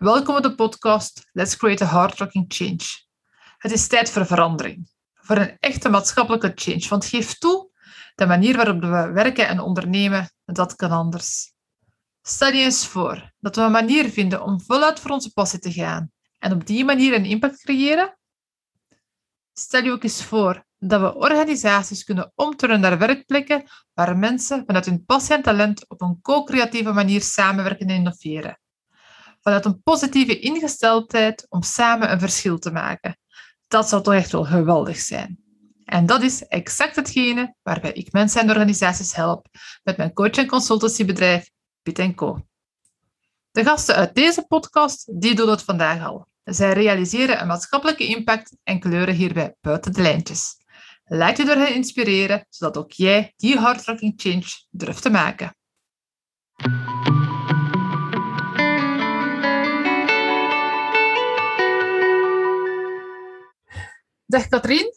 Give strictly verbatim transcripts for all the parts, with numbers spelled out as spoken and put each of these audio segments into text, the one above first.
Welkom op de podcast Let's Create a Heart-Rocking Change. Het is tijd voor verandering. Voor een echte maatschappelijke change. Want geef toe, de manier waarop we werken en ondernemen, dat kan anders. Stel je eens voor dat we een manier vinden om voluit voor onze passie te gaan en op die manier een impact creëren. Stel je ook eens voor dat we organisaties kunnen omturnen naar werkplekken waar mensen vanuit hun passie en talent op een co-creatieve manier samenwerken en innoveren. Vanuit een positieve ingesteldheid om samen een verschil te maken. Dat zou toch echt wel geweldig zijn. En dat is exact hetgene waarbij ik mensen en organisaties help met mijn coach- en consultancybedrijf Piet en Co. De gasten uit deze podcast die doen het vandaag al. Zij realiseren een maatschappelijke impact en kleuren hierbij buiten de lijntjes. Laat je door hen inspireren, zodat ook jij die heart-rocking change durft te maken. Dag Katrien,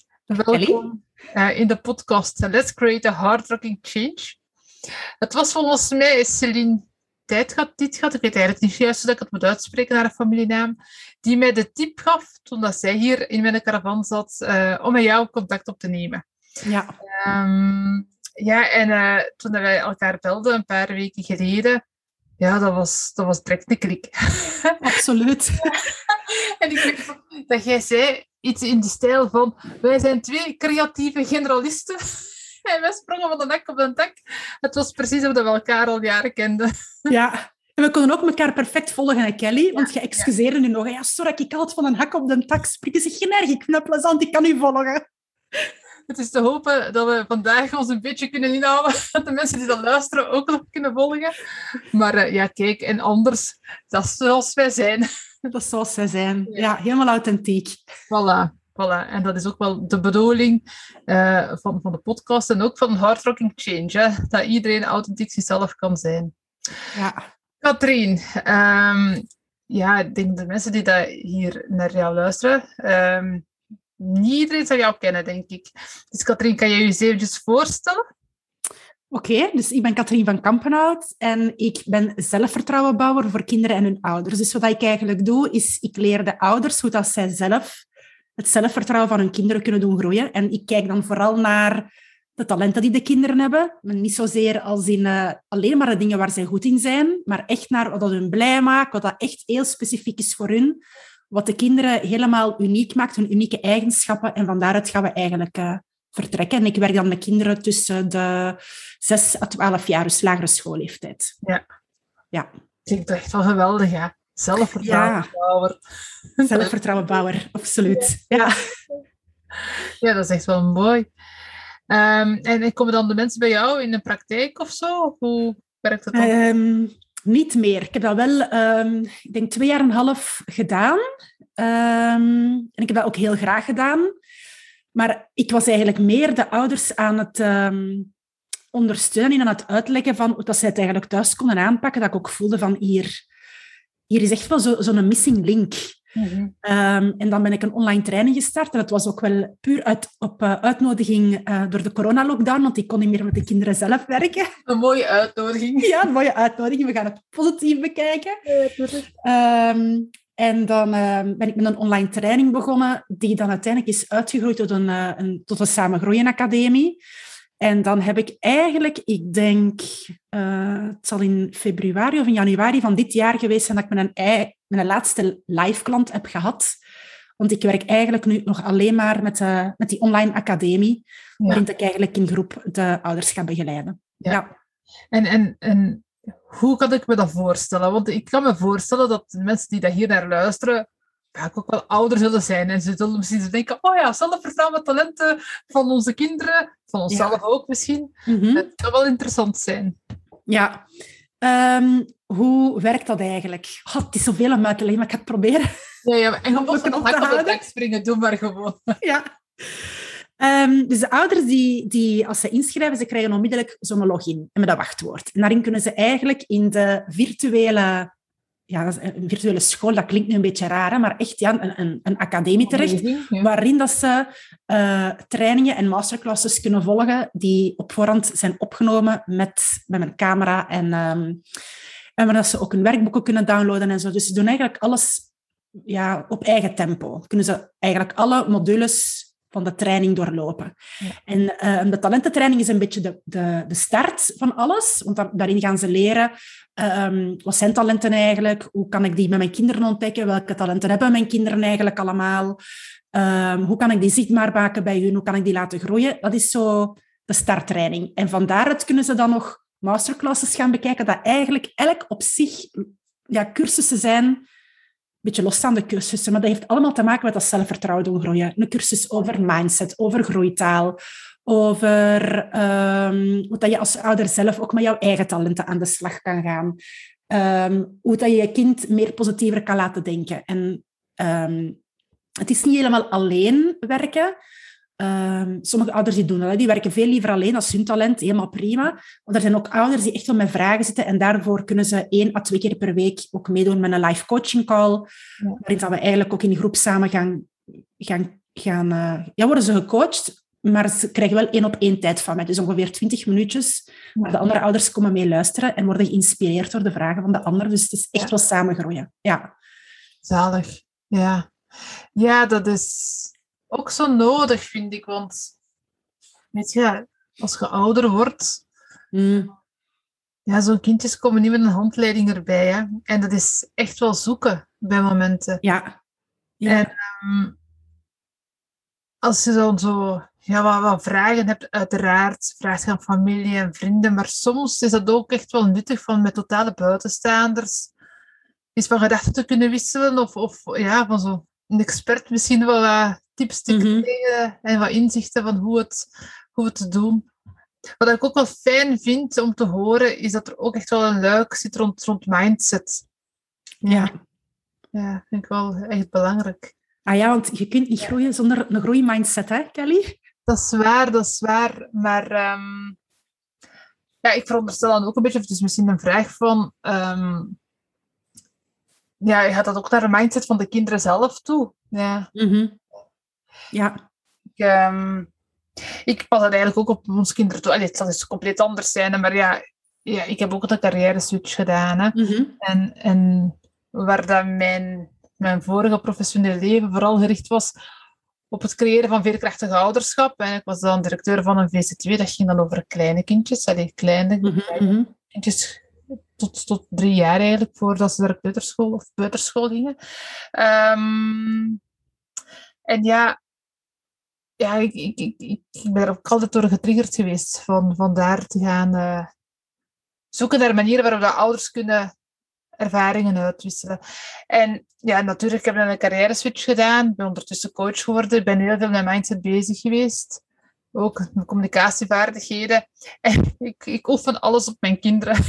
welkom uh, in de podcast Let's Create a Heart-Rocking Change. Het was volgens mij Celine Tijd gehad, dit gehad, ik weet eigenlijk niet juist hoe ik het moet uitspreken naar een familienaam, die mij de tip gaf, toen dat zij hier in mijn caravan zat, uh, om met jou contact op te nemen. Ja. Um, ja, en uh, toen wij elkaar belden, een paar weken geleden, ja, dat was, dat was direct een klik. Absoluut. En ik weet dat jij zei iets in de stijl van, wij zijn twee creatieve generalisten. En wij sprongen van de nek op de tak. Het was precies of we elkaar al jaren kenden. Ja, en we konden ook elkaar perfect volgen, hè, Kelly? Want je excuseerde ja. nu nog. Ja, sorry, ik altijd van een hak op de tak springen. Zeg je erg, ik vind het plezant, ik kan u volgen. Het is te hopen dat we vandaag ons een beetje kunnen inhouden. Dat de mensen die dat luisteren ook nog kunnen volgen. Maar uh, ja, kijk, en anders, dat is zoals wij zijn. Dat is zoals wij zijn. Ja, ja, helemaal authentiek. Voilà. Voilà, en dat is ook wel de bedoeling uh, van, van de podcast en ook van Heart-Rocking Change, hè? Dat iedereen authentiek zichzelf kan zijn. Ja. Katrien, um, ja, ik denk de mensen die dat hier naar jou luisteren, um, niet iedereen zal jou kennen, denk ik. Dus Katrien, kan je je eens eventjes voorstellen? Oké, okay, dus ik ben Katrien van Kampenhout en ik ben zelfvertrouwenbouwer voor kinderen en hun ouders. Dus wat ik eigenlijk doe, is ik leer de ouders hoe dat zij zelf het zelfvertrouwen van hun kinderen kunnen doen groeien. En ik kijk dan vooral naar de talenten die de kinderen hebben. Maar niet zozeer als in uh, alleen maar de dingen waar zij goed in zijn, maar echt naar wat dat hun blij maakt, wat dat echt heel specifiek is voor hun, wat de kinderen helemaal uniek maakt, hun unieke eigenschappen. En van daaruit gaan we eigenlijk uh, vertrekken. En ik werk dan met kinderen tussen de zes à twaalf jaar, dus lagere schoolleeftijd. Ja. Ja. Klinkt echt wel geweldig, ja. Zelfvertrouwenbouwer. Ja, zelfvertrouwenbouwer, absoluut. Ja. Ja, dat is echt wel mooi. Um, en komen dan de mensen bij jou in de praktijk of zo? Hoe werkt dat dan? Um, niet meer. Ik heb dat wel, um, ik denk, twee jaar en een half gedaan. Um, en ik heb dat ook heel graag gedaan. Maar ik was eigenlijk meer de ouders aan het um, ondersteunen en aan het uitleggen van hoe dat zij het eigenlijk thuis konden aanpakken. Dat ik ook voelde van hier... Hier is echt wel zo, zo'n missing link. Mm-hmm. Um, en dan ben ik een online training gestart. En dat was ook wel puur uit, op uh, uitnodiging uh, door de coronalockdown, want ik kon niet meer met de kinderen zelf werken. Een mooie uitnodiging. Ja, een mooie uitnodiging. We gaan het positief bekijken. Ja, um, en dan uh, ben ik met een online training begonnen, die dan uiteindelijk is uitgegroeid tot een, uh, een, tot een Samen Groeien Academie. En dan heb ik eigenlijk, ik denk, uh, het zal in februari of in januari van dit jaar geweest zijn dat ik mijn, mijn laatste live klant heb gehad. Want ik werk eigenlijk nu nog alleen maar met, uh, met die online academie, ja. waarin ik eigenlijk in groep de ouders ga begeleiden. Ja. Ja. En, en, en hoe kan ik me dat voorstellen? Want ik kan me voorstellen dat de mensen die dat hier naar luisteren vaak ook wel ouder zullen zijn. En ze zullen misschien denken, oh ja, zelfvertrouwen, talenten van onze kinderen, van onszelf ja. ook misschien. Mm-hmm. Het kan wel interessant zijn. Ja. Um, hoe werkt dat eigenlijk? Oh, het is zoveel om uit te leggen, maar ik ga het proberen. Ja, ja, en gewoon van de hak op de dak springen, doe maar gewoon. Ja. Um, dus de ouders, die, die, als ze inschrijven, ze krijgen onmiddellijk zo'n login en met dat wachtwoord. En daarin kunnen ze eigenlijk in de virtuele... Ja, dat is een virtuele school, dat klinkt nu een beetje raar, hè, maar echt ja, een, een, een academie terecht, ja. waarin dat ze uh, trainingen en masterclasses kunnen volgen die op voorhand zijn opgenomen met, met mijn camera en, um, En waar ze ook hun werkboeken kunnen downloaden en zo. Dus ze doen eigenlijk alles ja, op eigen tempo. Kunnen ze eigenlijk alle modules van de training doorlopen. Ja. En uh, de talententraining is een beetje de, de, de start van alles. Want daar, daarin gaan ze leren, um, wat zijn talenten eigenlijk? Hoe kan ik die met mijn kinderen ontdekken? Welke talenten hebben mijn kinderen eigenlijk allemaal? Um, hoe kan ik die zichtbaar maken bij hun? Hoe kan ik die laten groeien? Dat is zo de starttraining. En van daaruit kunnen ze dan nog masterclasses gaan bekijken, dat eigenlijk elk op zich ja, cursussen zijn, een beetje losstaande cursussen, maar dat heeft allemaal te maken met dat zelfvertrouwen doen groeien. Een cursus over mindset, over groeitaal, over um, hoe dat je als ouder zelf ook met jouw eigen talenten aan de slag kan gaan. Um, hoe dat je je kind meer positiever kan laten denken. En um, het is niet helemaal alleen werken. Um, sommige ouders die doen dat, die werken veel liever alleen als hun talent, helemaal prima. Want er zijn ook ouders die echt wel met vragen zitten en daarvoor kunnen ze één à twee keer per week ook meedoen met een live coaching call, ja. Waarin we eigenlijk ook in die groep samen gaan, gaan, gaan uh, ja, worden ze gecoacht, maar ze krijgen wel één op één tijd van mij, dus ongeveer twintig minuutjes. Ja. De andere ouders komen mee luisteren en worden geïnspireerd door de vragen van de ander, dus het is echt ja. wel samen groeien. Ja. Zalig, ja. Ja, dat is ook zo nodig, vind ik. Want weet je, als je ouder wordt, mm. ja, zo'n kindjes komen niet met een handleiding erbij. Hè? En dat is echt wel zoeken bij momenten. Ja. ja. En um, als je dan zo ja, wat, wat vragen hebt, uiteraard, vraag je aan familie en vrienden, maar soms is dat ook echt wel nuttig van met totale buitenstaanders eens van gedachten te kunnen wisselen of, of ja, van zo een expert misschien wel wat tips te mm-hmm. krijgen en wat inzichten van hoe het, hoe het te doen. Wat ik ook wel fijn vind om te horen, is dat er ook echt wel een luik zit rond, rond mindset. Ja. Ja, vind ik wel echt belangrijk. Ah ja, want je kunt niet groeien zonder een groeimindset, hè, Kelly? Dat is waar, dat is waar. Maar um, ja, ik veronderstel dan ook een beetje, of het is misschien een vraag van... Um, ja, je gaat dat ook naar de mindset van de kinderen zelf toe. Ja. Mm-hmm. Ja. Ik, um, ik pas het eigenlijk ook op onze kinderen toe. Allee, het zal dus compleet anders zijn, maar ja, ja ik heb ook een carrière switch gedaan. Hè. Mm-hmm. En, en waar dat mijn, mijn vorige professionele leven vooral gericht was op het creëren van veerkrachtig ouderschap. En ik was dan directeur van een V Z W, dat ging dan over kleine kindjes. Allee, kleine, mm-hmm. kleine kindjes tot, tot drie jaar eigenlijk, voordat ze naar de peuterschool of peuterschool gingen. Um, en ja, ja ik, ik, ik, ik ben er ook altijd door getriggerd geweest van, van daar te gaan uh, zoeken naar manieren waarop de ouders kunnen ervaringen uitwisselen. En ja, natuurlijk heb ik een carrière switch gedaan. Ik ben ondertussen coach geworden. Ik ben heel veel met mindset bezig geweest. Ook met communicatievaardigheden. En ik, ik oefen alles op mijn kinderen.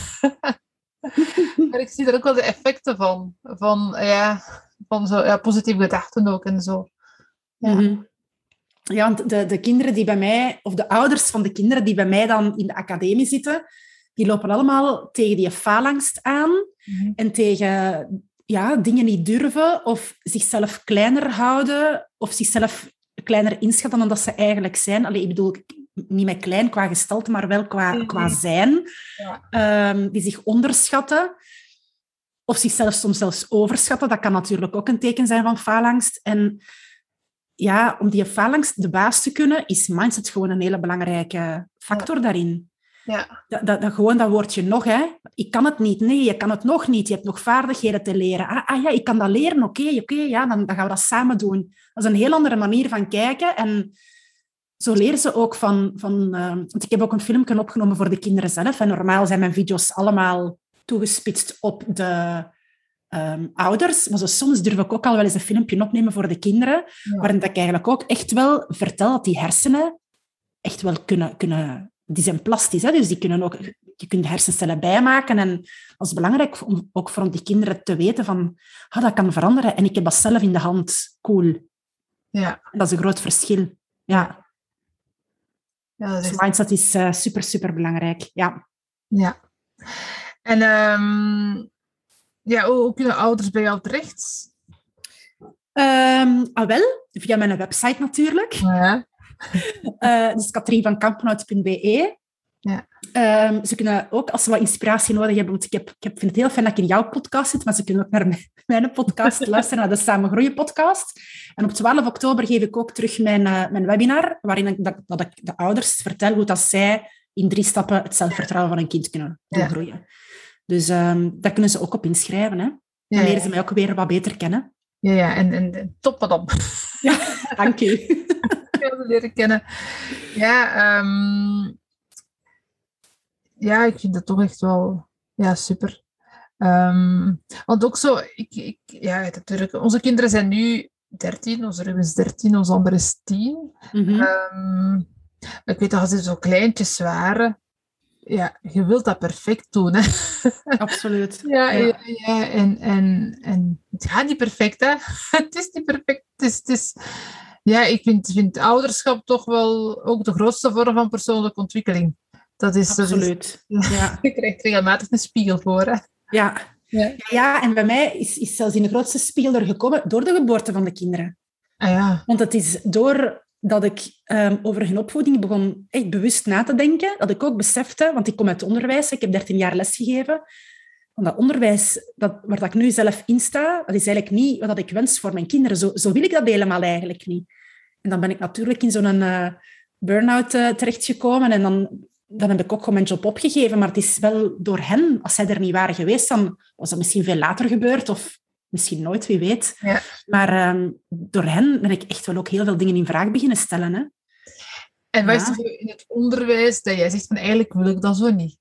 Maar ik zie er ook wel de effecten van. Van, ja, van zo, ja, positieve gedachten ook en zo. Ja, mm-hmm. Ja, want de, de kinderen die bij mij, of de ouders van de kinderen die bij mij dan in de academie zitten, die lopen allemaal tegen die faalangst aan mm-hmm. en tegen ja, dingen niet durven of zichzelf kleiner houden of zichzelf kleiner inschatten dan dat ze eigenlijk zijn. Allee, ik bedoel, niet met klein qua gestalte, maar wel qua, mm-hmm. qua zijn. Ja. Um, die zich onderschatten of zichzelf soms zelfs overschatten. Dat kan natuurlijk ook een teken zijn van faalangst. En ja, om die faalangst de baas te kunnen, is mindset gewoon een hele belangrijke factor ja. daarin. Ja. Dat, dat, dat, gewoon dat woordje nog, hè. Ik kan het niet. Nee, je kan het nog niet. Je hebt nog vaardigheden te leren. Ah, ah ja, ik kan dat leren. Oké, okay, oké, okay, ja, dan, dan gaan we dat samen doen. Dat is een heel andere manier van kijken. En zo leren ze ook van... van uh, want ik heb ook een filmpje opgenomen voor de kinderen zelf. En normaal zijn mijn video's allemaal toegespitst op de um, ouders. Maar zo soms durf ik ook al wel eens een filmpje opnemen voor de kinderen. Ja. Waarin ik eigenlijk ook echt wel vertel dat die hersenen echt wel kunnen... kunnen die zijn plastisch, hè? Dus die kunnen ook, je kunt hersencellen bijmaken. En dat is belangrijk om ook voor die kinderen te weten van, ah, dat kan veranderen en ik heb dat zelf in de hand. Cool. Ja. En dat is een groot verschil. Ja. Ja, dat is... Dus mindset is uh, super, super belangrijk. Ja. Ja. En um, ja, hoe, hoe kunnen ouders bij jou terecht? Um, ah, wel, via mijn website natuurlijk. Ja. Uh, dus katrien van kampenhout punt b e. Ja. Um, ze kunnen ook, als ze wat inspiratie nodig hebben, want ik, heb, ik heb, vind het heel fijn dat ik in jouw podcast zit, maar ze kunnen ook naar mijn, mijn podcast luisteren, naar de Samen Groeien podcast. En op twaalf oktober geef ik ook terug mijn, uh, mijn webinar, waarin ik, dat, dat ik de ouders vertel hoe dat zij in drie stappen het zelfvertrouwen van een kind kunnen doen groeien. Ja. Dus um, daar kunnen ze ook op inschrijven. Hè? Dan ja, leren ze mij ook weer wat beter kennen. Ja, ja. En, en top wat op. Ja, dank je. Veel leren kennen. Ja, um... Ja, ik vind dat toch echt wel ja, super. Um, want ook zo, ik, ik, ja, natuurlijk, onze kinderen zijn nu dertien, onze Ruben is dertien, onze andere is tien. Mm-hmm. Um, ik weet dat als ze zo kleintjes waren, ja, je wilt dat perfect doen. Hè? Absoluut. Ja, ja. ja, ja en, en, en het gaat niet perfect, hè. Het is niet perfect. Het is, het is, ja, ik vind, vind ouderschap toch wel ook de grootste vorm van persoonlijke ontwikkeling. Dat is, Absoluut. Dat is, ja. Je krijgt regelmatig een spiegel voor. Hè? Ja. Ja. ja, en bij mij is, is zelfs in de grootste spiegel er gekomen door de geboorte van de kinderen. Ah, ja. Want het is doordat ik um, over hun opvoeding begon echt bewust na te denken, dat ik ook besefte, want ik kom uit het onderwijs, ik heb dertien jaar lesgegeven, van dat onderwijs dat, waar dat ik nu zelf in sta, dat is eigenlijk niet wat ik wens voor mijn kinderen. Zo, zo wil ik dat helemaal eigenlijk niet. En dan ben ik natuurlijk in zo'n uh, burn-out uh, terechtgekomen en dan... Dan heb ik ook gewoon mijn job opgegeven, maar het is wel door hen. Als zij er niet waren geweest, dan was dat misschien veel later gebeurd, of misschien nooit, wie weet. Ja. Maar um, door hen ben ik echt wel ook heel veel dingen in vraag beginnen stellen. Hè. En wat ja. is er in het onderwijs dat jij zegt van eigenlijk wil ik dat zo niet?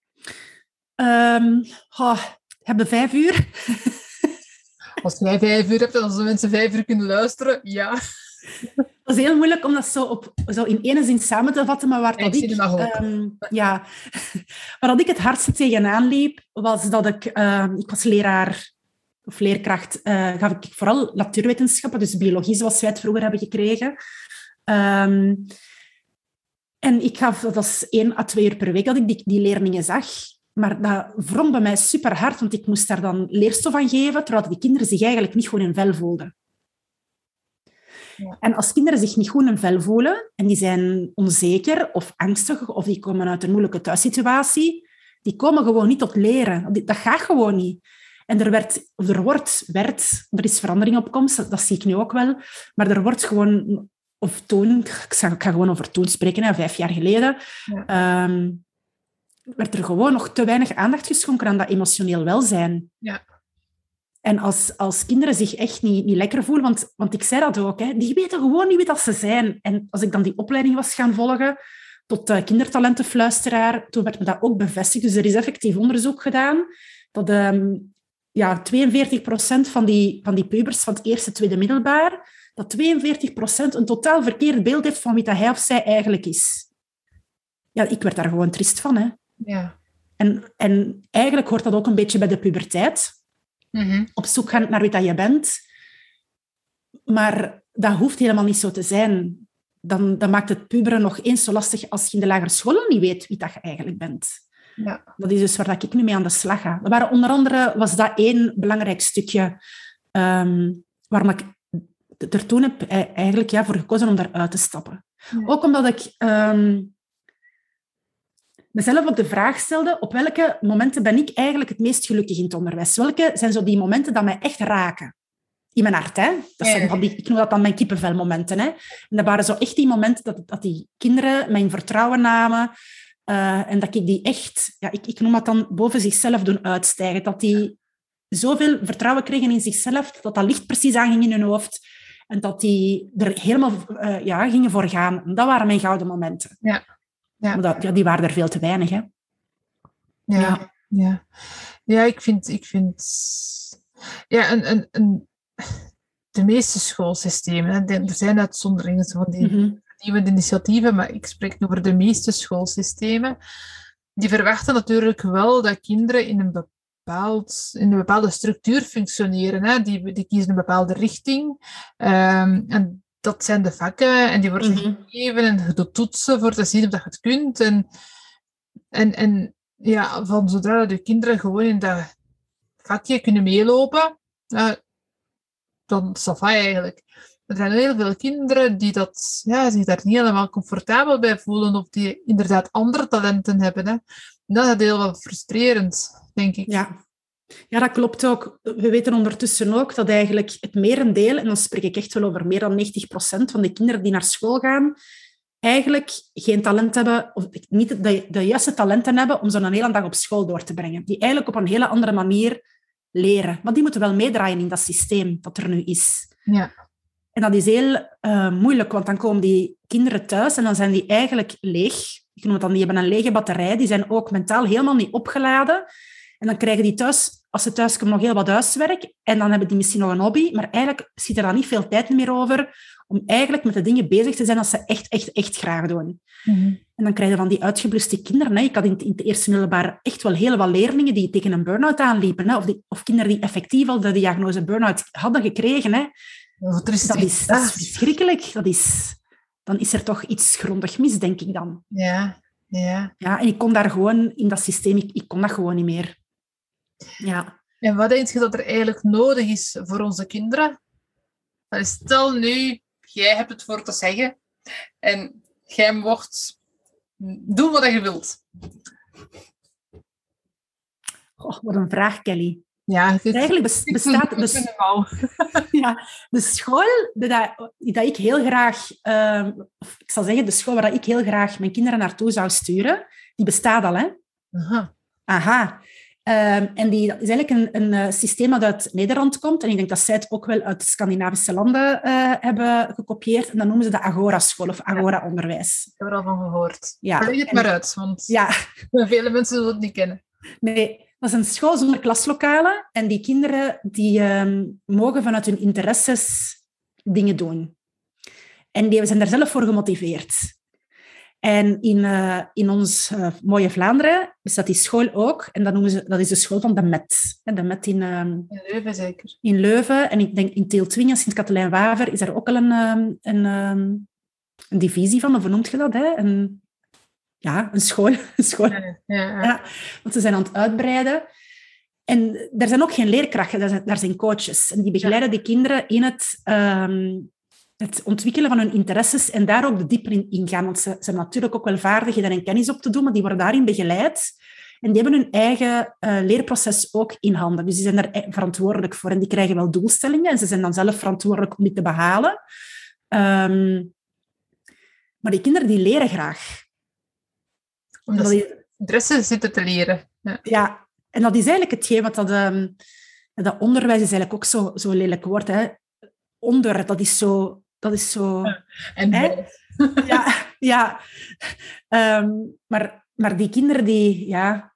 Um, oh, hebben vijf uur? Als jij vijf uur hebt en als de mensen vijf uur kunnen luisteren, ja. Het is heel moeilijk om dat zo, op, zo in ene zin samen te vatten, maar waar dat ik, ik um, ja, waar dat ik het hardste tegenaan liep, was dat ik... Uh, ik was leraar of leerkracht, uh, gaf ik vooral natuurwetenschappen, dus biologie, zoals wij het vroeger hebben gekregen. Um, en ik gaf, dat was één à twee uur per week dat ik die, die leerlingen zag. Maar dat wrong bij mij super hard, want ik moest daar dan leerstof aan geven, terwijl die kinderen zich eigenlijk niet goed in vel voelden. Ja. En als kinderen zich niet goed in hun vel voelen en die zijn onzeker of angstig of die komen uit een moeilijke thuissituatie, die komen gewoon niet tot leren. Dat gaat gewoon niet. En er, werd, of er wordt, werd, er is verandering op komst, dat, dat zie ik nu ook wel, maar er wordt gewoon, of toen, ik ga, ik ga gewoon over toen spreken, hè, vijf jaar geleden, ja. um, werd er gewoon nog te weinig aandacht geschonken aan dat emotioneel welzijn. Ja. En als, als kinderen zich echt niet, niet lekker voelen, want, want ik zei dat ook, hè, die weten gewoon niet wie dat ze zijn. En als ik dan die opleiding was gaan volgen tot uh, kindertalentenfluisteraar, toen werd me dat ook bevestigd. Dus er is effectief onderzoek gedaan dat um, ja, tweeënveertig procent van die, van die pubers van het eerste, tweede middelbaar, dat tweeënveertig procent een totaal verkeerd beeld heeft van wie dat hij of zij eigenlijk is. Ja, ik werd daar gewoon triest van. Hè. Ja. En, en eigenlijk hoort dat ook een beetje bij de puberteit. Mm-hmm. Op zoek gaan naar wie dat je bent. Maar dat hoeft helemaal niet zo te zijn. Dan, dan maakt het puberen nog eens zo lastig als je in de lagere school niet weet wie dat je eigenlijk bent. Ja. Dat is dus waar ik nu mee aan de slag ga. Dat waren onder andere was dat één belangrijk stukje um, waarom ik er toen heb eigenlijk ja, voor gekozen om daaruit te stappen. Ja. Ook omdat ik um, mezelf ook de vraag stelde, op welke momenten ben ik eigenlijk het meest gelukkig in het onderwijs? Welke zijn zo die momenten die mij echt raken? In mijn hart, hè? Dat zijn van die, ik noem dat dan mijn kippenvelmomenten. Hè? En dat waren zo echt die momenten dat, dat die kinderen mijn vertrouwen namen uh, en dat ik die echt, ja, ik, ik noem dat dan boven zichzelf doen uitstijgen. Dat die zoveel vertrouwen kregen in zichzelf, dat dat licht precies aanging in hun hoofd en dat die er helemaal uh, ja, gingen voor gaan. En dat waren mijn gouden momenten. Ja. Ja. Maar dat, ja, die waren er veel te weinig. Hè? Ja, ja. ja. ja ik vind... Ik vind ja, een, een, een, de meeste schoolsystemen, hè, er zijn uitzonderingen van die mm-hmm. nieuwe initiatieven, maar ik spreek over de meeste schoolsystemen. Die verwachten natuurlijk wel dat kinderen in een, bepaald, in een bepaalde structuur functioneren. Hè. Die, die kiezen een bepaalde richting. Um, en dat zijn de vakken en die worden mm-hmm. gegeven en je doet toetsen voor te zien of dat je het kunt. En, en, en ja, van zodra de kinderen gewoon in dat vakje kunnen meelopen, uh, dan is dat eigenlijk. er zijn heel veel kinderen die dat, ja, zich daar niet helemaal comfortabel bij voelen of die inderdaad andere talenten hebben. Hè. Dat is heel wel frustrerend, denk ik. Ja. Ja, dat klopt ook. We weten ondertussen ook dat eigenlijk het merendeel, en dan spreek ik echt wel over meer dan negentig procent van de kinderen die naar school gaan, eigenlijk geen talent hebben, of niet de, de juiste talenten hebben om zo'n hele dag op school door te brengen. Die eigenlijk op een hele andere manier leren. Maar die moeten wel meedraaien in dat systeem dat er nu is. Ja. En dat is heel uh, moeilijk, want dan komen die kinderen thuis en dan zijn die eigenlijk leeg. Ik noem het dan, die hebben een lege batterij. Die zijn ook mentaal helemaal niet opgeladen. En dan krijgen die thuis, als ze thuis komen, nog heel wat huiswerk. En dan hebben die misschien nog een hobby. Maar eigenlijk zit er dan niet veel tijd meer over om eigenlijk met de dingen bezig te zijn dat ze echt, echt, echt graag doen. Mm-hmm. En dan krijg je van die uitgebluste kinderen. Hè. Ik had in, in het eerste middelbaar echt wel heel wat leerlingen die tegen een burn-out aanliepen. Hè. Of, die, of kinderen die effectief al de diagnose burn-out hadden gekregen. Hè. Dat is, dat is, dat is verschrikkelijk. Dat is, dan is er toch iets grondig mis, denk ik dan. Ja, ja. Ja, en ik kon daar gewoon in dat systeem, ik, ik kon dat gewoon niet meer. Ja. En wat denk je dat er eigenlijk nodig is voor onze kinderen? Stel nu, jij hebt het voor te zeggen en jij mocht doen wat je wilt. Oh, wat een vraag, Kelly. Ja, dit, eigenlijk bes, bestaat... Bes, ja, de school dat, dat ik heel graag... Uh, ik zal zeggen, de school waar ik heel graag mijn kinderen naartoe zou sturen, die bestaat al, hè? Aha. Aha. Um, en die, dat is eigenlijk een, een systeem dat uit Nederland komt. En ik denk dat zij het ook wel uit de Scandinavische landen uh, hebben gekopieerd. En dat noemen ze de Agora-school of Agora-onderwijs. Ik heb er al van gehoord. Ja. Leg het en, maar uit, want ja. vele mensen zullen het niet kennen. Nee, dat is een school zonder klaslokalen. En die kinderen die, um, mogen vanuit hun interesses dingen doen. En die zijn daar zelf voor gemotiveerd. En in, uh, in ons uh, mooie Vlaanderen bestaat die school ook. En dat, noemen ze, dat is de school van de Met. De Met in, um, in Leuven, zeker. In Leuven. En ik denk in Tieltwingen, Sint-Katelijne-Waver, is er ook al een, um, een, um, een divisie van. Of hoe noemt je dat? Hè? Een, ja, een school. Een school. Ja, ja, ja. Ja, want ze zijn aan het uitbreiden. En er zijn ook geen leerkrachten, daar zijn, daar zijn coaches. En die begeleiden ja. de kinderen in het... Um, het ontwikkelen van hun interesses en daar ook de dieper in, in gaan. Want ze, ze hebben natuurlijk ook wel vaardigheden en kennis op te doen, maar die worden daarin begeleid. En die hebben hun eigen uh, leerproces ook in handen. Dus die zijn daar verantwoordelijk voor. En die krijgen wel doelstellingen. En ze zijn dan zelf verantwoordelijk om die te behalen. Um, maar die kinderen die leren graag. Omdat ze interesse zitten te leren. Ja. ja, en dat is eigenlijk hetgeen wat dat... Um, dat onderwijs is eigenlijk ook zo, zo lelijk woord. Hè. Onder, dat is zo... Dat is zo... Ja, en ja, ja. Um, maar, maar die kinderen die... Ja,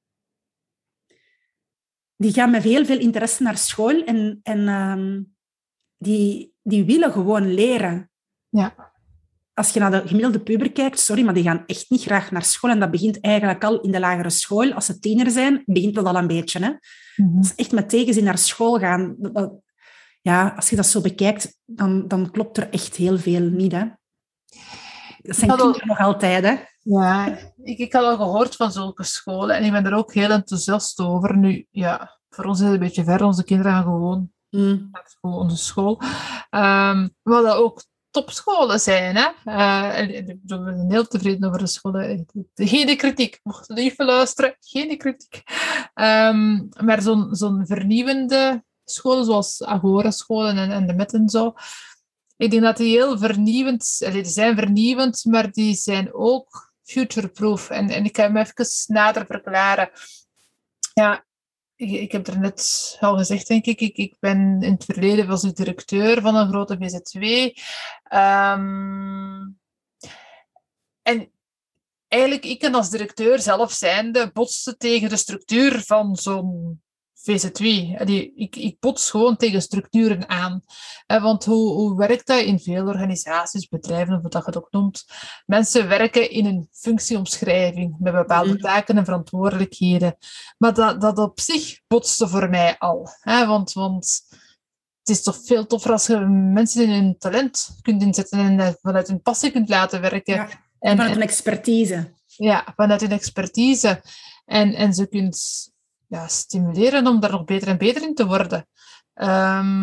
die gaan met heel veel interesse naar school en, en um, die, die willen gewoon leren. Ja. Als je naar de gemiddelde puber kijkt, sorry, maar die gaan echt niet graag naar school. En dat begint eigenlijk al in de lagere school. Als ze tiener zijn, begint dat al een beetje. Hè? Mm-hmm. Als ze echt met tegenzin naar school gaan... Dat, dat, ja, als je dat zo bekijkt, dan, dan klopt er echt heel veel niet. Hè? Dat zijn kinderen al... nog altijd. Hè? Ja, ik, ik had al gehoord van zulke scholen en ik ben er ook heel enthousiast over. Nu, ja, voor ons is het een beetje ver. Onze kinderen gaan gewoon mm. naar school, onze school. Um, wat dat ook topscholen zijn. Hè? Uh, en, en, we zijn heel tevreden over de scholen. Geen kritiek. Mocht je even luisteren, geen kritiek. Um, maar zo'n, zo'n vernieuwende... scholen zoals Agora-scholen en, en de Met en zo. Ik denk dat die heel vernieuwend... Die zijn vernieuwend, maar die zijn ook future-proof. En, en ik ga hem even nader verklaren. Ja, ik, ik heb er net al gezegd, denk ik. Ik, ik ben in het verleden was ik directeur van een grote V Z W. Um, en eigenlijk, ik en als directeur zelf zijnde botste tegen de structuur van zo'n V Z W. Allee, ik, ik bots gewoon tegen structuren aan. Eh, want hoe, hoe werkt dat in veel organisaties, bedrijven, of wat je het ook noemt? Mensen werken in een functieomschrijving met bepaalde mm. taken en verantwoordelijkheden. Maar dat, dat op zich botste voor mij al. Hè? Want, want het is toch veel toffer als je mensen in hun talent kunt inzetten en vanuit hun passie kunt laten werken. Ja, en vanuit hun expertise. Ja, vanuit hun expertise. En, en ze kunt... Ja, stimuleren om daar nog beter en beter in te worden. Um,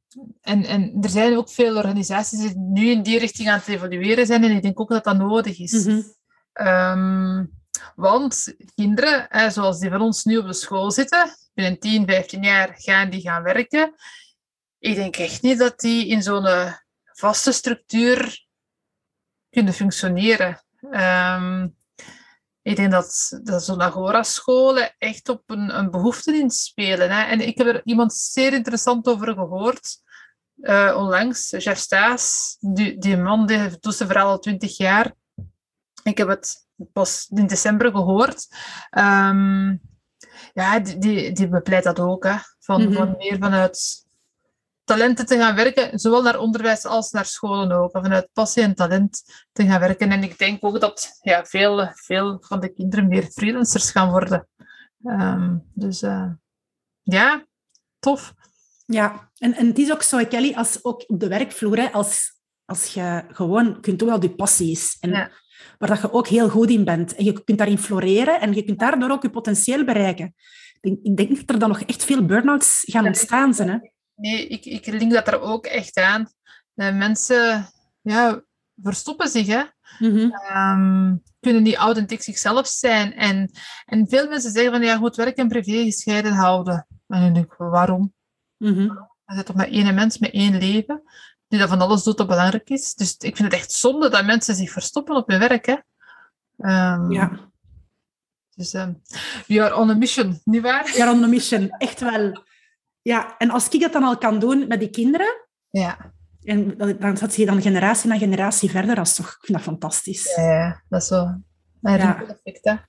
en, en er zijn ook veel organisaties die nu in die richting aan het evolueren zijn. En ik denk ook dat dat nodig is. Mm-hmm. Um, want kinderen, hè, zoals die van ons nu op de school zitten, binnen tien, vijftien jaar gaan die gaan werken. Ik denk echt niet dat die in zo'n vaste structuur kunnen functioneren. Um, ik denk dat, dat zo'n Agora-scholen echt op een, een behoefte inspelen. Hè. En ik heb er iemand zeer interessant over gehoord. Uh, onlangs, Jeff Staes, die, die man die doet zijn verhaal al twintig jaar. Ik heb het pas in december gehoord. Um, ja, die, die, die bepleit dat ook. Hè. Van, mm-hmm. van meer vanuit talenten te gaan werken, zowel naar onderwijs als naar scholen ook. Vanuit passie en talent te gaan werken. En ik denk ook dat ja, veel, veel van de kinderen meer freelancers gaan worden. Um, dus uh, ja, tof. Ja, en, en het is ook zo, Kelly, als ook op de werkvloer, hè, als, als je gewoon kunt doen wat je passie is. En ja. waar dat je ook heel goed in bent. En je kunt daarin floreren en je kunt daardoor ook je potentieel bereiken. Ik denk, ik denk dat er dan nog echt veel burn-outs gaan ontstaan zijn. Hè? Nee, ik, ik link dat er ook echt aan. De mensen ja, verstoppen zich, hè. Mm-hmm. Um, kunnen niet authentiek zichzelf zijn. En, en veel mensen zeggen van, ja, je moet werk en privé gescheiden houden. En dan denk ik, waarom? Mm-hmm. Je bent toch maar één mens met één leven, die dat van alles doet dat belangrijk is. Dus ik vind het echt zonde dat mensen zich verstoppen op hun werk, hè. Um, ja. Dus, um, we are on a mission, nietwaar? We are on a mission, echt wel. Ja, en als ik dat dan al kan doen met die kinderen, ja. en dan zet je dan generatie na generatie verder, dat is toch, ik vind dat fantastisch. Ja, ja, dat is zo. Dat is ja. effect, hè.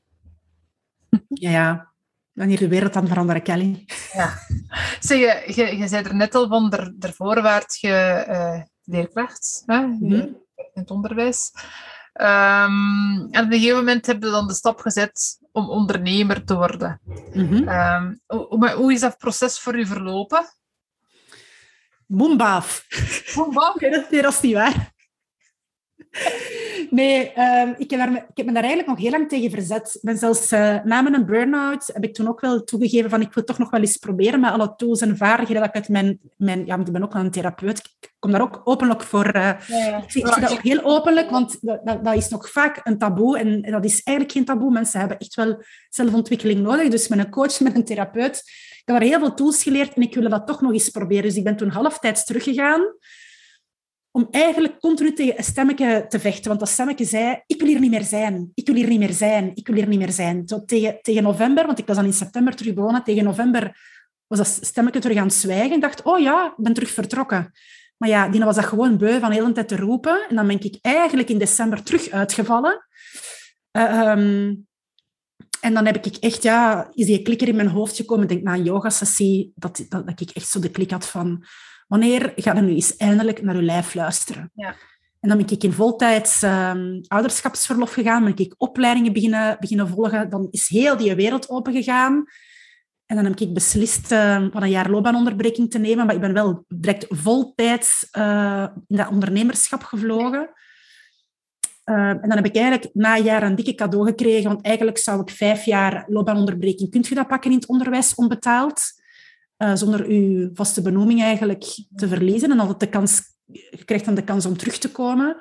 Ja, ja. Wanneer de wereld dan veranderen, Kelly. Ja. Zeg, je, je, je zei er net al van, der, daarvoor waart je uh, leerkracht, hè? Mm-hmm. in het onderwijs. Um, en op een gegeven moment heb je dan de stap gezet om ondernemer te worden. Mm-hmm. Um, hoe, hoe is dat proces voor u verlopen? Boembaaf. Boembaaf? Nee, dat, nee, dat is niet waar. Nee, um, ik, heb daar, ik heb me daar eigenlijk nog heel lang tegen verzet. Ik ben zelfs uh, na mijn burn-out heb ik toen ook wel toegegeven van ik wil toch nog wel eens proberen met alle tools en vaardigheden dat ik uit mijn... mijn ja, ik ben ook wel een therapeut. Ik kom daar ook openlijk voor... Uh, ja, ja. Ik, zie, ik zie dat ook heel openlijk, want dat, dat, dat is nog vaak een taboe. En, en dat is eigenlijk geen taboe. Mensen hebben echt wel zelfontwikkeling nodig. Dus met een coach, met een therapeut. Ik heb daar heel veel tools geleerd en ik wilde dat toch nog eens proberen. Dus ik ben toen halftijds teruggegaan. Om eigenlijk continu tegen een stemmetje te vechten. Want dat stemmetje zei, ik wil hier niet meer zijn. Ik wil hier niet meer zijn. Ik wil hier niet meer zijn. Zo tegen, tegen november, want ik was dan in september terug begonnen. Tegen november was dat stemmetje terug aan het zwijgen. Ik dacht, oh ja, ik ben terug vertrokken. Maar ja, die was dat gewoon beu van de hele tijd te roepen. En dan ben ik eigenlijk in december terug uitgevallen. Uh, um, en dan heb ik echt, ja, is die klikker in mijn hoofd gekomen. Ik denk, na een yogasessie, dat, dat, dat ik echt zo de klik had van... Wanneer ga je nu eens eindelijk naar je lijf luisteren? Ja. En dan ben ik in voltijds um, ouderschapsverlof gegaan, ben ik opleidingen beginnen, beginnen volgen. Dan is heel die wereld opengegaan. En dan heb ik beslist uh, wat een jaar loopbaanonderbreking te nemen, maar ik ben wel direct voltijds uh, in dat ondernemerschap gevlogen. Uh, en dan heb ik eigenlijk na een jaar een dikke cadeau gekregen, want eigenlijk zou ik vijf jaar loopbaanonderbreking, kunt je dat pakken in het onderwijs, onbetaald. Uh, zonder uw vaste benoeming eigenlijk te verliezen. En altijd de kans, je krijgt dan de kans om terug te komen.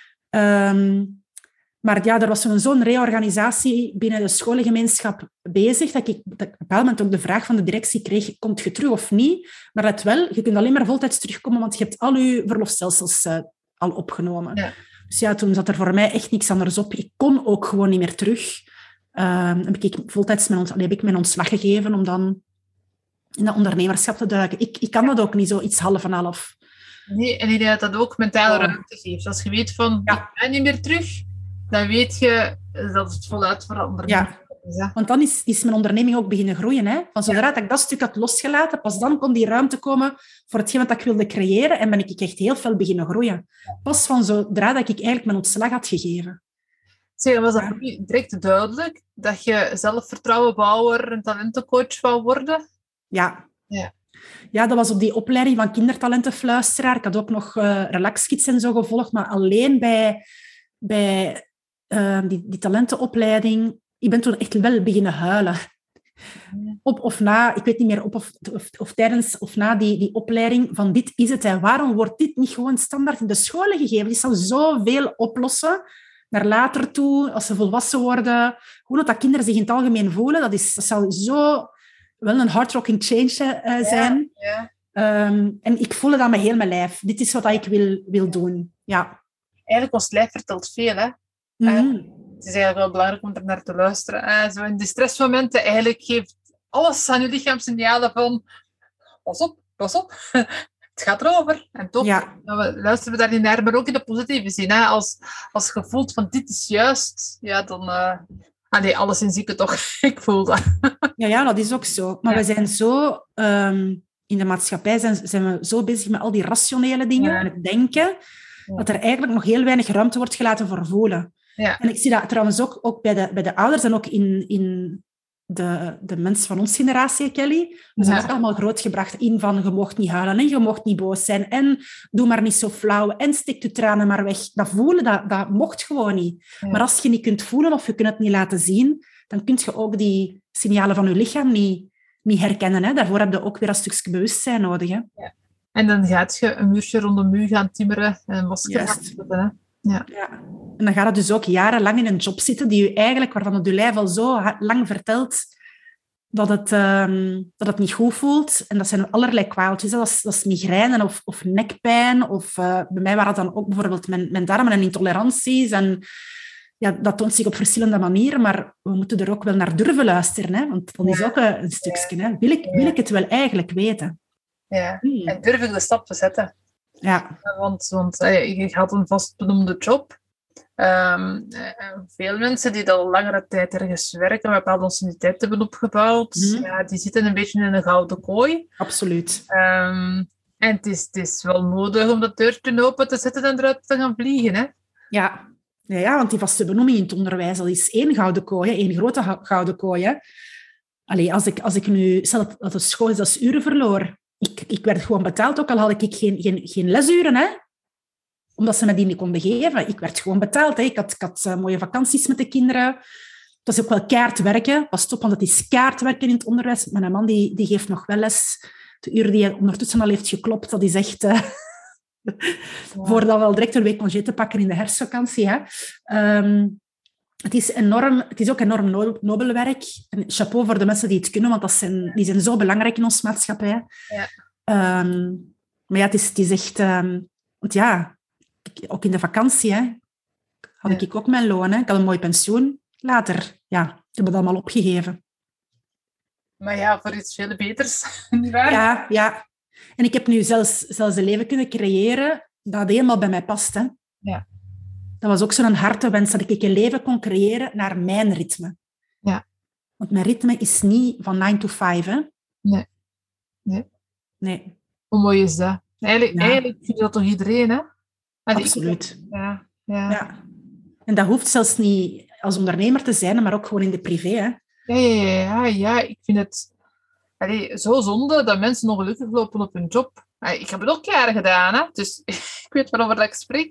Um, maar ja, er was zo'n, zo'n reorganisatie binnen de scholengemeenschap bezig, dat ik, dat ik op een bepaald moment ook de vraag van de directie kreeg, komt je terug of niet? Maar let wel, je kunt alleen maar voltijds terugkomen, want je hebt al je verlofstelsels uh, al opgenomen. Ja. Dus ja, toen zat er voor mij echt niks anders op. Ik kon ook gewoon niet meer terug. Uh, heb ik voltijds mijn, heb ik mijn ontslag gegeven om dan in dat ondernemerschap te duiken. Ik, ik kan dat ook niet zo iets half en half. Nee, en ik denk dat dat ook mentale oh. ruimte geeft. Als je weet van, ja. ik ben niet meer terug, dan weet je dat het voluit voor onderneming is. Ja. Want dan is, is mijn onderneming ook beginnen groeien. Hè? Van zodra ja. ik dat stuk had losgelaten, pas dan kon die ruimte komen voor hetgeen wat ik wilde creëren en ben ik echt heel veel beginnen groeien. Pas van zodra dat ik eigenlijk mijn ontslag had gegeven. Zeg, was dat voor u direct duidelijk dat je zelfvertrouwenbouwer en talentencoach wou worden? Ja. ja. Ja, dat was op die opleiding van kindertalentenfluisteraar. Ik had ook nog uh, relaxkids en zo gevolgd, maar alleen bij, bij uh, die, die talentenopleiding... Ik ben toen echt wel beginnen huilen. op of na, ik weet niet meer, op of, of, of tijdens of na die, die opleiding van dit is het. En waarom wordt dit niet gewoon standaard in de scholen gegeven? Die zou zoveel oplossen naar later toe, als ze volwassen worden. Hoe dat, dat kinderen zich in het algemeen voelen, dat, is, dat zou zo wel een heart-rocking change uh, zijn. Ja, ja. Um, en ik voel dat met heel mijn lijf. Dit is wat ik wil, wil doen. Ja. Eigenlijk, ons lijf vertelt veel, hè. Mm-hmm. Uh, het is eigenlijk wel belangrijk om er naar te luisteren. Uh, zo in die stressmomenten, eigenlijk geeft alles aan je lichaam signalen van pas op, pas op. Het gaat erover. En toch Ja. nou, luisteren we daar niet naar, maar ook in de positieve zin. Hè. Als, als je voelt van dit is juist, ja, dan... Uh... Ah nee, alleszins ik het toch. Ik voel dat. Ja, ja, dat is ook zo. Maar ja. we zijn zo... Um, in de maatschappij zijn, zijn we zo bezig met al die rationele dingen Ja. en het denken, Ja. dat er eigenlijk nog heel weinig ruimte wordt gelaten voor voelen. Ja. En ik zie dat trouwens ook, ook bij, de, bij de ouders en ook in, in de, de mensen van onze generatie, Kelly. We zijn Ja. ook allemaal grootgebracht in van je mocht niet huilen en je mocht niet boos zijn en doe maar niet zo flauw en stik je tranen maar weg. Dat voelen, dat, dat mocht gewoon niet. Ja. Maar als je niet kunt voelen of je kunt het niet laten zien, dan kun je ook die signalen van je lichaam niet, niet herkennen. Hè? Daarvoor heb je ook weer een stukje bewustzijn nodig. Hè? Ja. En dan gaat je een muurtje rond de muur gaan timmeren en een masker Juist. afzetten, hè. Ja. Ja. En dan gaat het dus ook jarenlang in een job zitten die je eigenlijk, waarvan het je lijf al zo ha- lang vertelt dat het, um, dat het niet goed voelt. En dat zijn allerlei kwaaltjes. Hè. Dat is, dat is migraine of, of nekpijn. Of uh, bij mij waren dat dan ook bijvoorbeeld mijn, mijn darmen en intoleranties. En ja, dat toont zich op verschillende manieren, maar we moeten er ook wel naar durven luisteren. Hè. Want dat is ook een, een stukje. Hè. Wil, ik, wil ik het wel eigenlijk weten? Ja. Hmm. En durf ik de stap te zetten. Ja. Want, want uh, je had een vastbenoemde job. Um, uh, veel mensen die al langere tijd ergens werken, een bepaalde anciëniteit hebben opgebouwd, Mm-hmm. ja, die zitten een beetje in een gouden kooi. Absoluut. Um, en het is, het is wel nodig om dat deurtje open te zetten en eruit te gaan vliegen. Hè? Ja. Ja, ja, want die vaste benoeming in het onderwijs, dat is één gouden kooi, hè, één grote ha- gouden kooi. Hè. Allee, als ik, als ik nu... Stel dat de school is, dat is uren verloor. Ik, ik werd gewoon betaald, ook al had ik geen, geen, geen lesuren, hè. Omdat ze me die niet konden geven. Ik werd gewoon betaald. Hè. Ik had, ik had uh, mooie vakanties met de kinderen. Het was ook wel keihard werken. Pas op, want het is keihard werken in het onderwijs. Mijn man die, die geeft nog wel les. De uur die hij ondertussen al heeft geklopt, dat is echt... Uh, ja. Voordat we al direct een week congé te pakken in de herfstvakantie. Hè. Um, het, is enorm, het is ook enorm no- nobel werk. En chapeau voor de mensen die het kunnen, want dat zijn, die zijn zo belangrijk in onze maatschappij. Ja. Um, maar ja, het is, het is echt... Um, want ja, ik, ook in de vakantie hè, had ja. ik ook mijn loon. Hè. Ik had een mooi pensioen. Later, ja, ik heb het allemaal opgegeven. Maar ja, voor iets veel beters, niet waar? Ja, ja. En ik heb nu zelfs, zelfs een leven kunnen creëren dat helemaal bij mij past. Hè. Ja. Dat was ook zo'n hartewens, dat ik een leven kon creëren naar mijn ritme. Ja. Want mijn ritme is niet van nine to five. Hè. Nee. Nee. Nee. Hoe mooi is dat? Eigenlijk, Ja. eigenlijk vind je dat toch iedereen, hè? Allee, Absoluut. Ik, ja, ja. Ja. En dat hoeft zelfs niet als ondernemer te zijn, maar ook gewoon in de privé. Hè. Ja, ja, ja, ja, ik vind het allee, zo zonde dat mensen ongelukkig lopen op hun job. Allee, ik heb het ook jaren gedaan, hè? Dus ik weet waarover ik spreek.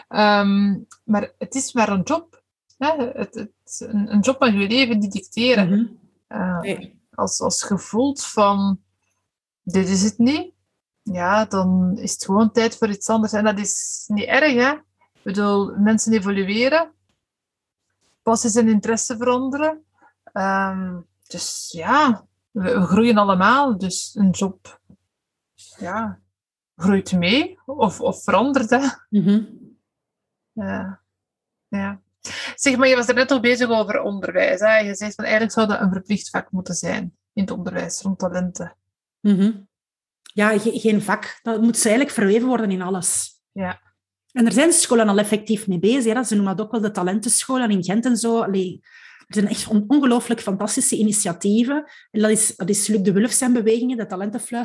Um, maar het is maar een job. Hè? Het, het, een, een job van je leven die dicteren. Mm-hmm. Uh, Nee. als, als je voelt van, dit is het niet, ja, dan is het gewoon tijd voor iets anders. En dat is niet erg, hè? Ik bedoel, mensen evolueren. Passies en interesse veranderen. Um, dus ja, we, we groeien allemaal. Dus een job, ja, groeit mee of, of verandert, hè. Mm-hmm. Ja. Ja. Zeg, maar je was er net al bezig over onderwijs. Hè? Je zegt van eigenlijk zou dat een verplicht vak moeten zijn in het onderwijs rond talenten. Mm-hmm. Ja, ge- geen vak. Dat moet eigenlijk verweven worden in alles. Ja. En er zijn scholen al effectief mee bezig. Hè. Ze noemen dat ook wel de talentenscholen in Gent en zo. Allee, er zijn echt on- ongelooflijk fantastische initiatieven. En dat is, dat is Luc de Wulf zijn bewegingen, de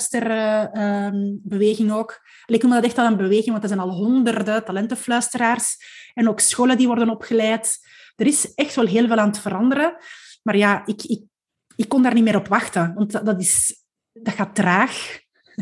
talentenfluisterbeweging uh, um, ook. Allee, ik noem dat echt al een beweging, want er zijn al honderden talentenfluisteraars. En ook scholen die worden opgeleid. Er is echt wel heel veel aan het veranderen. Maar ja, ik, ik, ik kon daar niet meer op wachten. Want dat, dat, is, dat gaat traag.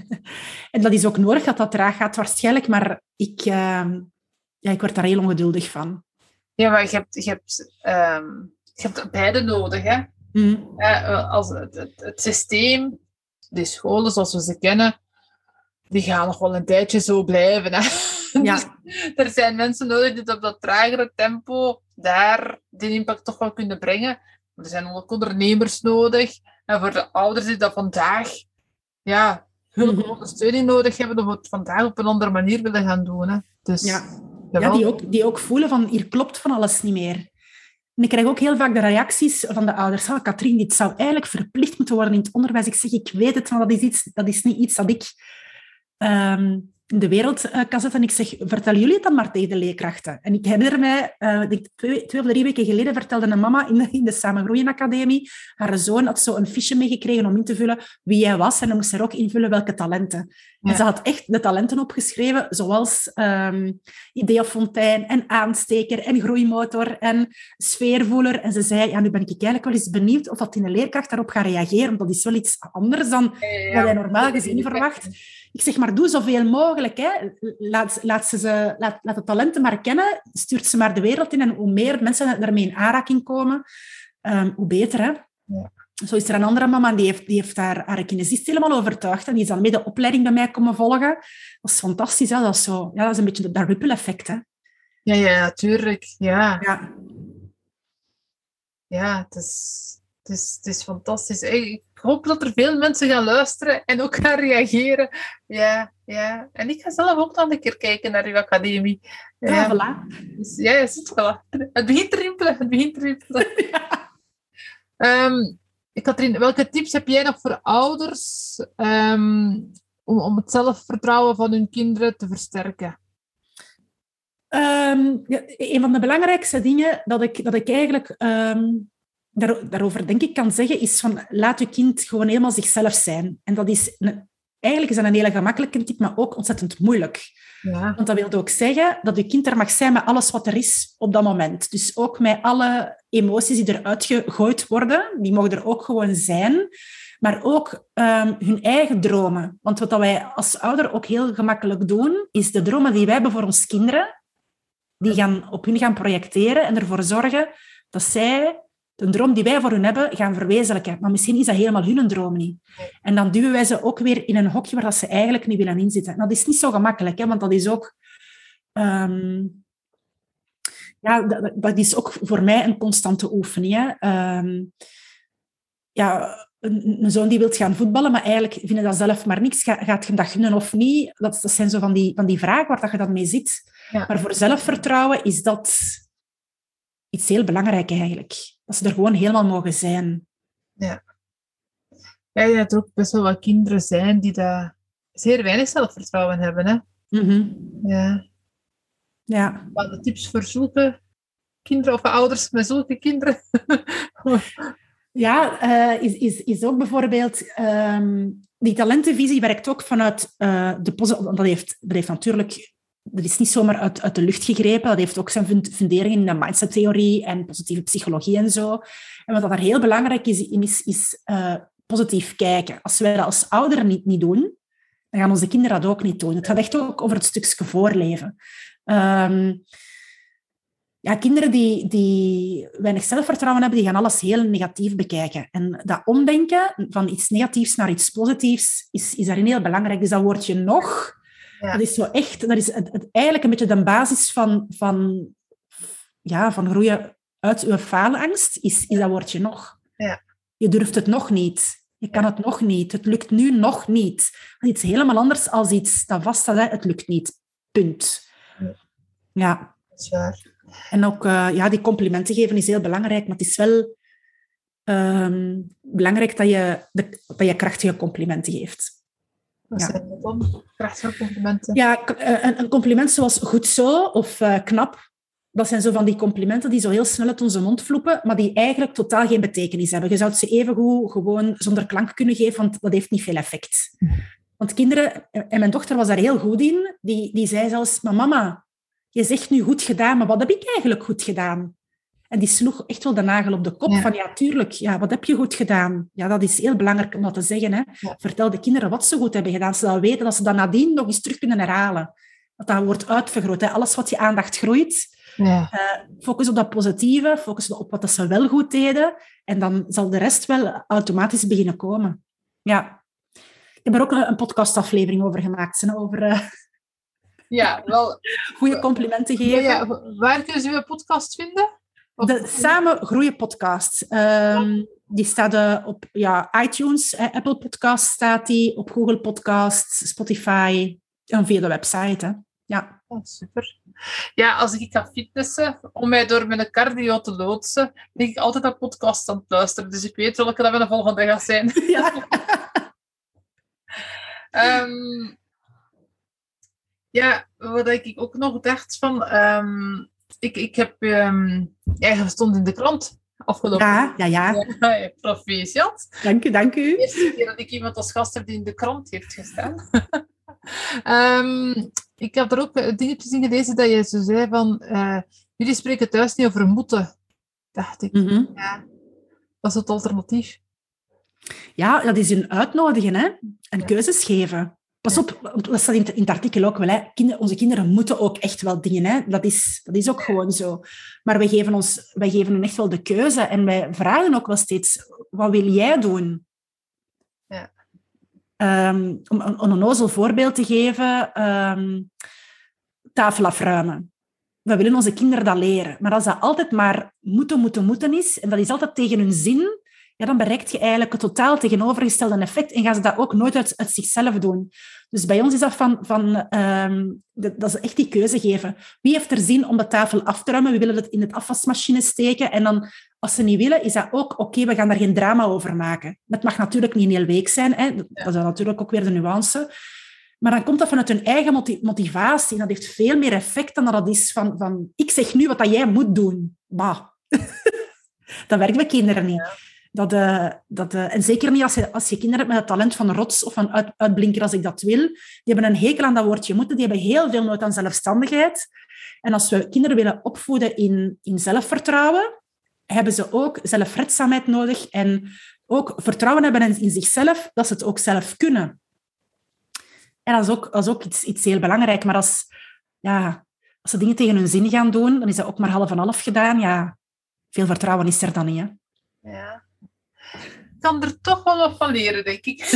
En dat is ook nodig dat dat traag gaat waarschijnlijk. Maar ik, uh, ja, ik word daar heel ongeduldig van. Ja, maar je hebt, je hebt, um, je hebt beide nodig, hè. Mm. Uh, als het, het, het systeem, die scholen zoals we ze kennen, die gaan nog wel een tijdje zo blijven. Hè? Ja. Dus er zijn mensen nodig die op dat tragere tempo daar die impact toch wel kunnen brengen. Er zijn ook ondernemers nodig. En voor de ouders die dat vandaag ja, hulp en Mm-hmm. ondersteuning nodig hebben, of het vandaag op een andere manier willen gaan doen. Hè. Dus, Ja, ja die, ook, die ook voelen van, hier klopt van alles niet meer. En ik krijg ook heel vaak de reacties van de ouders. Oh, Katrien, dit zou eigenlijk verplicht moeten worden in het onderwijs. Ik zeg, ik weet het, maar dat is, iets, dat is niet iets dat ik um, in de wereld uh, kan zetten. En ik zeg, vertellen jullie het dan maar tegen de leerkrachten. En ik herinner mij, uh, denk, twee, twee of drie weken geleden vertelde een mama in de, in de Samengroeien Academie, haar zoon had zo een fiche meegekregen om in te vullen wie hij was. En dan moest hij ook invullen welke talenten. Ja. En ze had echt de talenten opgeschreven, zoals um, ideeënfontein en aansteker en groeimotor en sfeervoeler. En ze zei, ja, nu ben ik eigenlijk wel eens benieuwd of dat in de leerkracht daarop gaat reageren, want dat is wel iets anders dan ja, ja, wat hij normaal gezien verwacht. Ik zeg, maar doe zoveel mogelijk. Hè. Laat, laat, ze ze, laat, laat de talenten maar kennen, stuurt ze maar de wereld in en hoe meer mensen daarmee in aanraking komen, um, hoe beter. Hè. Ja. Zo is er een andere mama, die heeft, die heeft haar, haar kinesist helemaal overtuigd. En die is dan mee de opleiding bij mij komen volgen. Dat is fantastisch. Hè? Dat is, zo, ja, dat is een beetje dat ripple-effect. Hè? Ja, ja, natuurlijk. Ja, ja. ja het, is, het, is, het is fantastisch. Ik hoop dat er veel mensen gaan luisteren en ook gaan reageren. Ja, ja. En ik ga zelf ook nog een keer kijken naar uw academie. Ja, ja voilà. Dus, ja, ja, zit, voilà. Het begint te rimpelen. Het begint te rimpelen. Ja. Um, Katrien, welke tips heb jij nog voor ouders um, om, om het zelfvertrouwen van hun kinderen te versterken? Um, ja, een van de belangrijkste dingen dat ik, dat ik eigenlijk um, daar, daarover denk ik kan zeggen, is van laat je kind gewoon helemaal zichzelf zijn. En dat is een, eigenlijk is dat een hele gemakkelijke tip, maar ook ontzettend moeilijk. Ja. Want dat wil ook zeggen dat je kind er mag zijn met alles wat er is op dat moment. Dus ook met alle emoties die eruit gegooid worden, die mogen er ook gewoon zijn. Maar ook um, hun eigen dromen. Want wat wij als ouder ook heel gemakkelijk doen, is de dromen die wij hebben voor onze kinderen, die gaan op hun gaan projecteren en ervoor zorgen dat zij de droom die wij voor hun hebben, gaan verwezenlijken. Maar misschien is dat helemaal hun droom niet. En dan duwen wij ze ook weer in een hokje waar ze eigenlijk niet willen inzitten. En dat is niet zo gemakkelijk, hè, want dat is ook... Um, ja, dat, dat is ook voor mij een constante oefening. Hè. Um, ja, een, een zoon die wil gaan voetballen, maar eigenlijk vinden dat zelf maar niks. Ga, gaat je dat gunnen of niet? Dat, dat zijn zo van die, van die vragen waar dat je dan mee zit. Ja. Maar voor zelfvertrouwen is dat iets heel belangrijks eigenlijk. Dat ze er gewoon helemaal mogen zijn. Ja. Ja, je hebt ook best wel wat kinderen zijn die daar zeer weinig zelfvertrouwen hebben. Hè? Mm-hmm. Ja. Ja. Wat de tips voor zulke kinderen of ouders met zulke kinderen? Ja, uh, is, is, is ook bijvoorbeeld... Um, die talentenvisie werkt ook vanuit uh, de... Dat heeft, dat heeft natuurlijk... Dat is niet zomaar uit, uit de lucht gegrepen. Dat heeft ook zijn fundering in de mindset-theorie en positieve psychologie en zo. En wat daar heel belangrijk is, is, is uh, positief kijken. Als wij dat als ouder niet, niet doen, dan gaan onze kinderen dat ook niet doen. Het gaat echt ook over het stukje voorleven. Um, ja, kinderen die, die weinig zelfvertrouwen hebben, die gaan alles heel negatief bekijken. En dat omdenken van iets negatiefs naar iets positiefs is, is daarin heel belangrijk. Dus dat woordje nog... Ja. Dat is zo echt, dat is het, het, eigenlijk een beetje de basis van, van, ja, van groeien uit je faalangst, is, is dat woordje nog. Ja. Je durft het nog niet. Je kan ja. het nog niet. Het lukt nu nog niet. Dat is iets helemaal anders als iets dat vaststaat. Hè. Het lukt niet. Punt. Ja. Ja. Dat is waar. En ook uh, ja, die complimenten geven is heel belangrijk, maar het is wel um, belangrijk dat je, de, dat je krachtige complimenten geeft. Wat zijn dat dan? Krachtige complimenten? Ja, een, een compliment zoals goed zo of uh, knap. Dat zijn zo van die complimenten die zo heel snel uit onze mond vloepen, maar die eigenlijk totaal geen betekenis hebben. Je zou het ze evengoed gewoon zonder klank kunnen geven, want dat heeft niet veel effect. Want kinderen, en mijn dochter was daar heel goed in, die, die zei zelfs, maar mama, je zegt nu goed gedaan, maar wat heb ik eigenlijk goed gedaan? En die sloeg echt wel de nagel op de kop ja. van, ja, tuurlijk, ja, wat heb je goed gedaan? Ja, dat is heel belangrijk om dat te zeggen. Hè. Ja. Vertel de kinderen wat ze goed hebben gedaan, zodat weten dat ze dat nadien nog eens terug kunnen herhalen. Dat dat wordt uitvergroot. Hè. Alles wat je aandacht groeit, Ja. Uh, focus op dat positieve, focus op wat ze wel goed deden. En dan zal de rest wel automatisch beginnen komen. Ja. Ik heb er ook een, een podcastaflevering over gemaakt. Hè, over uh, ja, wel... goede complimenten geven. Ja, ja. Waar kunnen ze uw podcast vinden? Of... De Samen Groeien podcast. Um, die staat uh, op ja, iTunes, eh, Apple Podcast staat die, op Google Podcast, Spotify en via de website. Hè. Ja. Oh, super. Ja, als ik ga fitnessen, om mij door mijn cardio te loodsen, denk ik altijd aan podcasts aan het luisteren. Dus ik weet welke dat we de volgende gaan zijn. Ja. um, ja, wat ik ook nog dacht van... Um, ik, ik heb... Um, ja, stond in de krant afgelopen. Ja, ja, ja. ja proficiat. Dank u, dank u. De eerste keer dat ik iemand als gast heb die in de krant heeft gestaan. um, ik heb er ook dingetjes in gelezen dat je zo zei van... Uh, jullie spreken thuis niet over moeten. Dacht ik. Mm-hmm. Ja, dat is het alternatief. Ja, dat is een uitnodigen, hè. En ja. keuzes geven. Pas ja. op, dat staat in het, in het artikel ook wel. Hè. Kinder, onze kinderen moeten ook echt wel dingen. Hè. Dat, is, dat is ook gewoon zo. Maar wij geven, ons, wij geven hen echt wel de keuze. En wij vragen ook wel steeds, wat wil jij doen? Ja. Um, om een, een onnozel voorbeeld te geven, um, tafel afruimen. We willen onze kinderen dat leren. Maar als dat altijd maar moeten, moeten, moeten is, en dat is altijd tegen hun zin, ja, dan bereikt je eigenlijk het totaal tegenovergestelde effect en gaan ze dat ook nooit uit, uit zichzelf doen. Dus bij ons is dat van, van um, dat, dat ze echt die keuze geven. Wie heeft er zin om de tafel af te ruimen? We willen het in het afwasmachine steken. En dan, als ze niet willen, is dat ook oké, okay, we gaan daar geen drama over maken. Dat mag natuurlijk niet een hele week zijn. Hè. Dat, dat is natuurlijk ook weer de nuance. Maar dan komt dat vanuit hun eigen motivatie. En dat heeft veel meer effect dan dat dat is van, van ik zeg nu wat dat jij moet doen. Bah. Dat werkt bij kinderen niet. Ja. Dat, uh, dat, uh, en zeker niet als je, als je kinderen hebt met het talent van rots of van uit, uitblinker als ik dat wil. Die hebben een hekel aan dat woordje moeten. Die hebben heel veel nood aan zelfstandigheid. En als we kinderen willen opvoeden in, in zelfvertrouwen, hebben ze ook zelfredzaamheid nodig. En ook vertrouwen hebben in, in zichzelf, dat ze het ook zelf kunnen. En dat is ook, dat is ook iets, iets heel belangrijk. Maar als, ja, als ze dingen tegen hun zin gaan doen, dan is dat ook maar half en half gedaan. Ja, veel vertrouwen is er dan niet, hè. Ja. Ik kan er toch wel wat van leren, denk ik.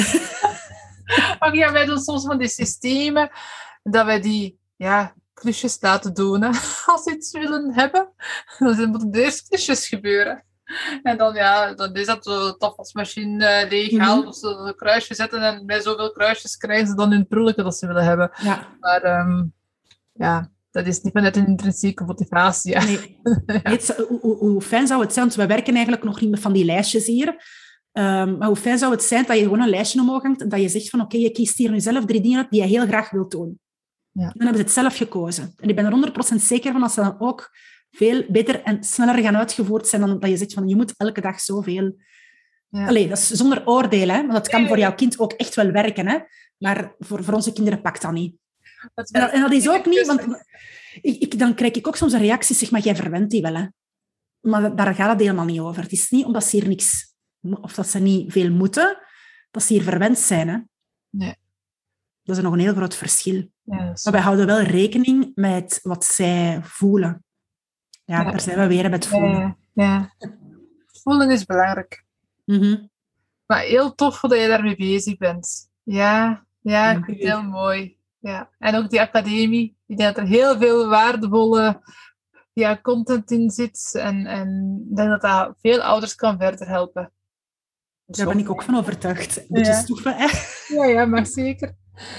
Maar ja, wij doen soms van die systemen dat wij die ja, klusjes laten doen. Hè. Als ze iets willen hebben, dan moeten er eerst klusjes gebeuren. En dan, ja, dan is dat de afwasmachine leeghalen, mm-hmm. of ze een kruisje zetten en bij zoveel kruisjes krijgen ze dan hun prulletje dat ze willen hebben. Ja. Maar um, ja... Dat is niet vanuit een intrinsieke motivatie. Ja. Nee. Ja. Het, hoe, hoe fijn zou het zijn, want we werken eigenlijk nog niet met van die lijstjes hier. Um, maar hoe fijn zou het zijn dat je gewoon een lijstje omhoog hangt en dat je zegt van oké, okay, je kiest hier nu zelf drie dingen uit die je heel graag wilt doen. Ja. Dan hebben ze het zelf gekozen. En ik ben er honderd procent zeker van dat ze dan ook veel beter en sneller gaan uitgevoerd zijn dan dat je zegt van je moet elke dag zoveel... Ja. Allee, dat is zonder oordeel, hè? Want dat kan voor jouw kind ook echt wel werken. Hè? Maar voor, voor onze kinderen pakt dat niet. Dat en, dat, en dat is ook niet, want ik, ik, dan krijg ik ook soms een reactie, zeg maar, jij verwendt die wel, hè. Maar daar gaat het helemaal niet over. Het is niet omdat ze hier niks, of dat ze niet veel moeten, dat ze hier verwend zijn, hè. Nee. Dat is nog een heel groot verschil. Ja, maar wij houden wel rekening met wat zij voelen. Ja, ja. Daar zijn we weer bij het voelen. Ja, ja. Voelen is belangrijk. Mm-hmm. Maar heel tof dat je daarmee bezig bent. Ja, ja, ik vind het heel mooi. Ja. En ook die academie. Ik denk dat er heel veel waardevolle ja, content in zit. En, en ik denk dat dat veel ouders kan verder helpen. Daar ben ik ook van overtuigd. Een beetje ja. stoeven, hè? Ja, ja, maar zeker.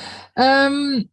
Um,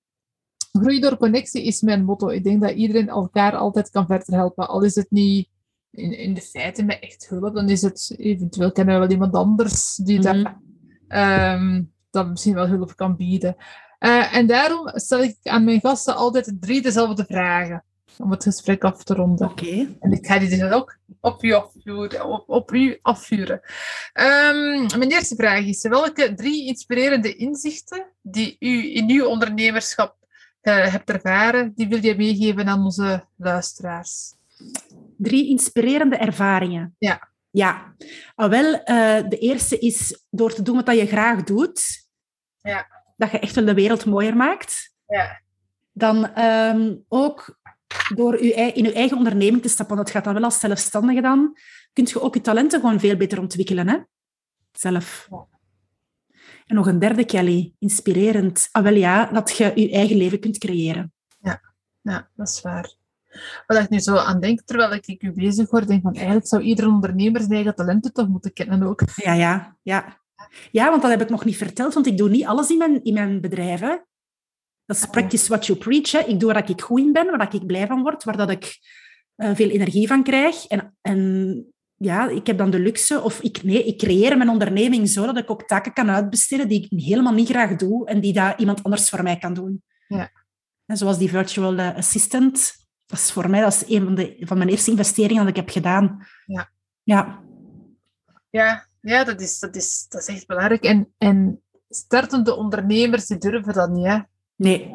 groei door connectie is mijn motto. Ik denk dat iedereen elkaar altijd kan verder helpen. Al is het niet in, in de feiten met echt hulp, dan is het eventueel kennen we wel iemand anders die mm-hmm. daar, um, dat misschien wel hulp kan bieden. Uh, en daarom stel ik aan mijn gasten altijd drie dezelfde vragen. Om het gesprek af te ronden. Okay. En ik ga die dus ook op u afvuren. Op, op u afvuren. Um, mijn eerste vraag is: welke drie inspirerende inzichten die u in uw ondernemerschap uh, hebt ervaren, die wil je meegeven aan onze luisteraars? Drie inspirerende ervaringen. Ja. Ja. Ah, wel, uh, de eerste is door te doen wat je graag doet. Ja. Dat je echt wel de wereld mooier maakt. Ja. Dan um, ook door je, in je eigen onderneming te stappen, dat gaat dan wel als zelfstandige dan, kun je ook je talenten gewoon veel beter ontwikkelen. Hè? Zelf. Ja. En nog een derde, Kelly, inspirerend. Ah, wel ja, dat je je eigen leven kunt creëren. Ja, ja, dat is waar. Wat ik nu zo aan denk, terwijl ik u bezig hoor, denk van eigenlijk zou ieder ondernemer zijn eigen talenten toch moeten kennen ook. Ja, ja, ja. Ja, want dat heb ik nog niet verteld, want ik doe niet alles in mijn, in mijn bedrijf. Hè. Dat is practice what you preach. Hè. Ik doe waar ik goed in ben, waar ik blij van word, waar dat ik uh, veel energie van krijg. En, en ja, ik heb dan de luxe, of ik, nee, ik creëer mijn onderneming zo dat ik ook taken kan uitbesteden die ik helemaal niet graag doe en die dat iemand anders voor mij kan doen. Ja. En zoals die virtual assistant, dat is voor mij dat is een van, de, van mijn eerste investeringen dat ik heb gedaan. Ja. Ja. Ja. Ja, dat is, dat is, dat is echt belangrijk. En, en startende ondernemers, die durven dat niet, hè? Nee.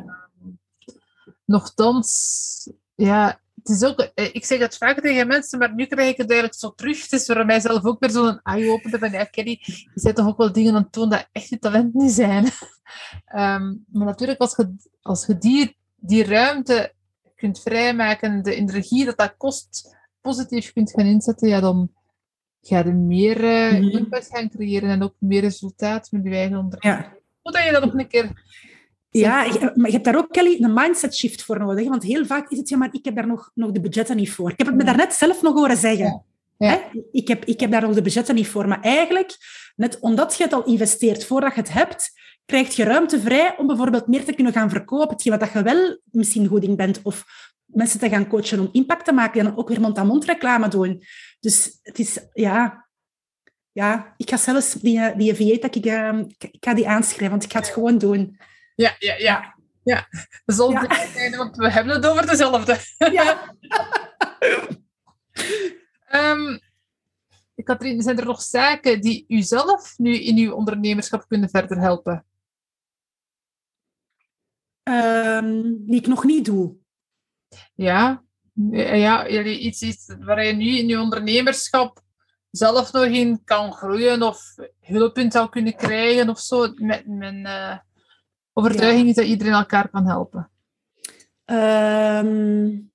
Nochtans, ja, het is ook... Ik zeg het vaak tegen mensen, maar nu krijg ik het eigenlijk zo terug. Het is voor mijzelf ook weer zo'n eye-opener van, ja, Kelly, je bent toch ook wel dingen aan het doen dat echt je talent niet zijn. um, maar natuurlijk, als je, als je die, die ruimte kunt vrijmaken, de energie dat dat kost, positief kunt gaan inzetten, ja, dan... ga je meer uh, mm-hmm. impact gaan creëren en ook meer resultaat met je eigen onderneming. Ja. Hoe dat je dat nog een keer... Ja, maar je hebt daar ook, Kelly, een mindset shift voor nodig. Want heel vaak is het, ja, maar ik heb daar nog, nog de budgetten niet voor. Ik heb het me daarnet zelf nog horen zeggen. Ja. Ja. Hè? Ik, heb, ik heb daar nog de budgetten niet voor. Maar eigenlijk, net omdat je het al investeert voordat je het hebt, krijg je ruimte vrij om bijvoorbeeld meer te kunnen gaan verkopen. Hetgeen wat je wel misschien goed in bent. Of mensen te gaan coachen om impact te maken en dan ook weer mond-aan-mond reclame doen. Dus het is, ja... Ja, ik ga zelfs die, die V A, dat ik, uh, ik ga die aanschrijven, want ik ga het gewoon doen. Ja, ja, ja. ja. We zullen ja. blij zijn, want we hebben het over dezelfde. Ja. um, Katrien, zijn er nog zaken die u zelf nu in uw ondernemerschap kunnen verder helpen? Um, die ik nog niet doe. Ja, ja iets, iets waar je nu in je ondernemerschap zelf nog in kan groeien of hulp in zou kunnen krijgen of zo. Mijn, mijn uh, overtuiging ja. is dat iedereen elkaar kan helpen. Um,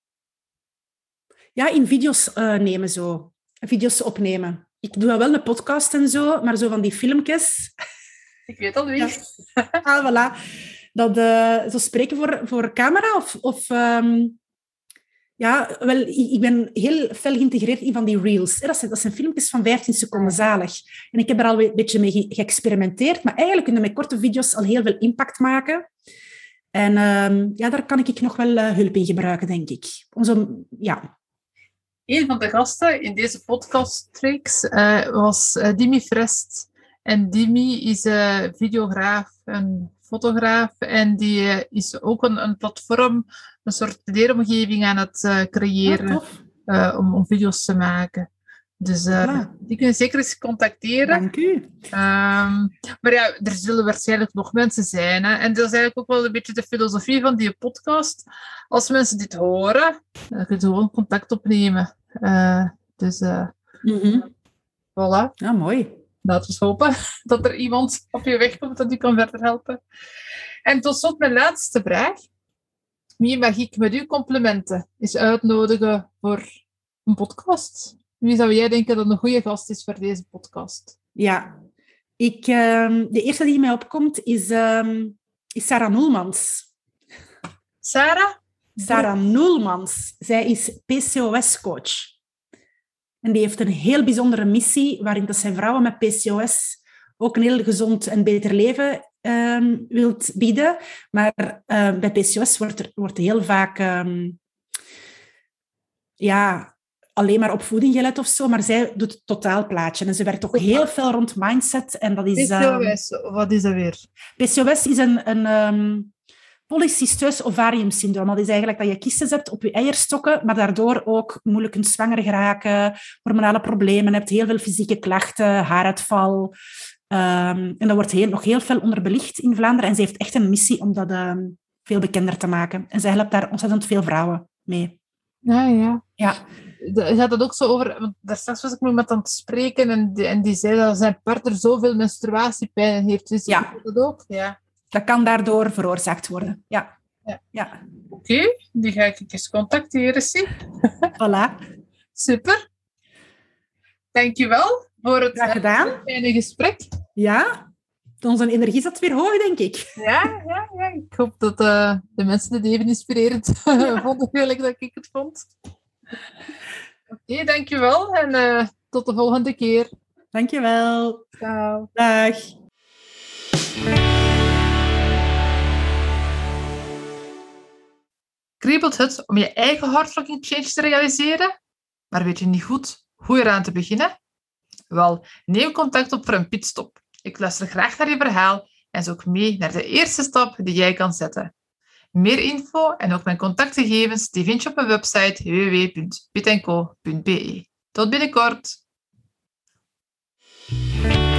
ja, in video's uh, nemen zo. Video's opnemen. Ik doe wel een podcast en zo, maar zo van die filmpjes. Ik weet al wie. Ja. Ah, voilà. Dat, uh, zo spreken voor, voor camera of... of um, ja, wel, ik ben heel fel geïntegreerd in van die reels. Dat zijn, dat zijn filmpjes van vijftien seconden, zalig. En ik heb er al een beetje mee geëxperimenteerd, maar eigenlijk kunnen met korte video's al heel veel impact maken. En um, ja, daar kan ik nog wel uh, hulp in gebruiken, denk ik. Om zo, ja. Een van de gasten in deze podcast-tricks uh, was uh, Dimi Frest. En Dimi is een uh, videograaf en fotograaf. En die uh, is ook een, een platform, een soort leeromgeving aan het uh, creëren oh, uh, om, om video's te maken. Dus uh, ja. die kun je zeker eens contacteren. Dank u. Um, maar ja, er zullen waarschijnlijk nog mensen zijn. Hè? En dat is eigenlijk ook wel een beetje de filosofie van die podcast. Als mensen dit horen, dan kun je gewoon contact opnemen. Uh, dus, uh, mm-hmm. voilà. Ja, mooi. Laten we hopen dat er iemand op je weg komt dat u kan verder helpen. En tot slot mijn laatste vraag. Wie mag ik met uw complimenten eens uitnodigen voor een podcast? Wie zou jij denken dat een goede gast is voor deze podcast? Ja, ik, um, de eerste die mij opkomt is, um, is Sarah Noelmans. Sarah? Sarah Noelmans. Zij is P C O S-coach. En die heeft een heel bijzondere missie, waarin dat zij vrouwen met P C O S ook een heel gezond en beter leven um, wilt bieden. Maar uh, bij P C O S wordt er wordt heel vaak... Um, ja... alleen maar op voeding gelet of zo, maar zij doet het totaalplaatje. En ze werkt ook heel veel rond mindset. En dat is, P C O S, um, wat is dat weer? P C O S is een, een um, polycysteus ovarium syndroom. Dat is eigenlijk dat je kisten hebt op je eierstokken, maar daardoor ook moeilijk kunt zwanger geraken, hormonale problemen hebt, heel veel fysieke klachten, haaruitval. Um, en dat wordt heel, nog heel veel onderbelicht in Vlaanderen. En ze heeft echt een missie om dat um, veel bekender te maken. En zij helpt daar ontzettend veel vrouwen mee. Ja, ja. Ja. Gaat dat ook zo over... Want daar straks was ik met iemand aan het spreken en die, en die zei dat zijn partner zoveel menstruatiepijn heeft. Dus ja. dat ook? Ja. Dat kan daardoor veroorzaakt worden, ja. Ja. Ja. Oké, okay, die ga ik eens contacteren, zie. Voilà. Super. Dankjewel voor het Graag gedaan. fijne gesprek. Ja, onze energie zat weer hoog, denk ik. Ja, ja, ja. Ik hoop dat uh, de mensen het even inspirerend ja. vonden, gelijk dat ik het vond. Oké, okay, dankjewel en uh, tot de volgende keer. Dankjewel. Ciao. Dag. Kriebelt het om je eigen hardrocking change te realiseren? Maar weet je niet goed hoe eraan te beginnen? Wel, neem contact op voor een pitstop. Ik luister graag naar je verhaal en zoek mee naar de eerste stap die jij kan zetten. Meer info en ook mijn contactgegevens die vind je op mijn website w w w punt pit en co punt b e. Tot binnenkort!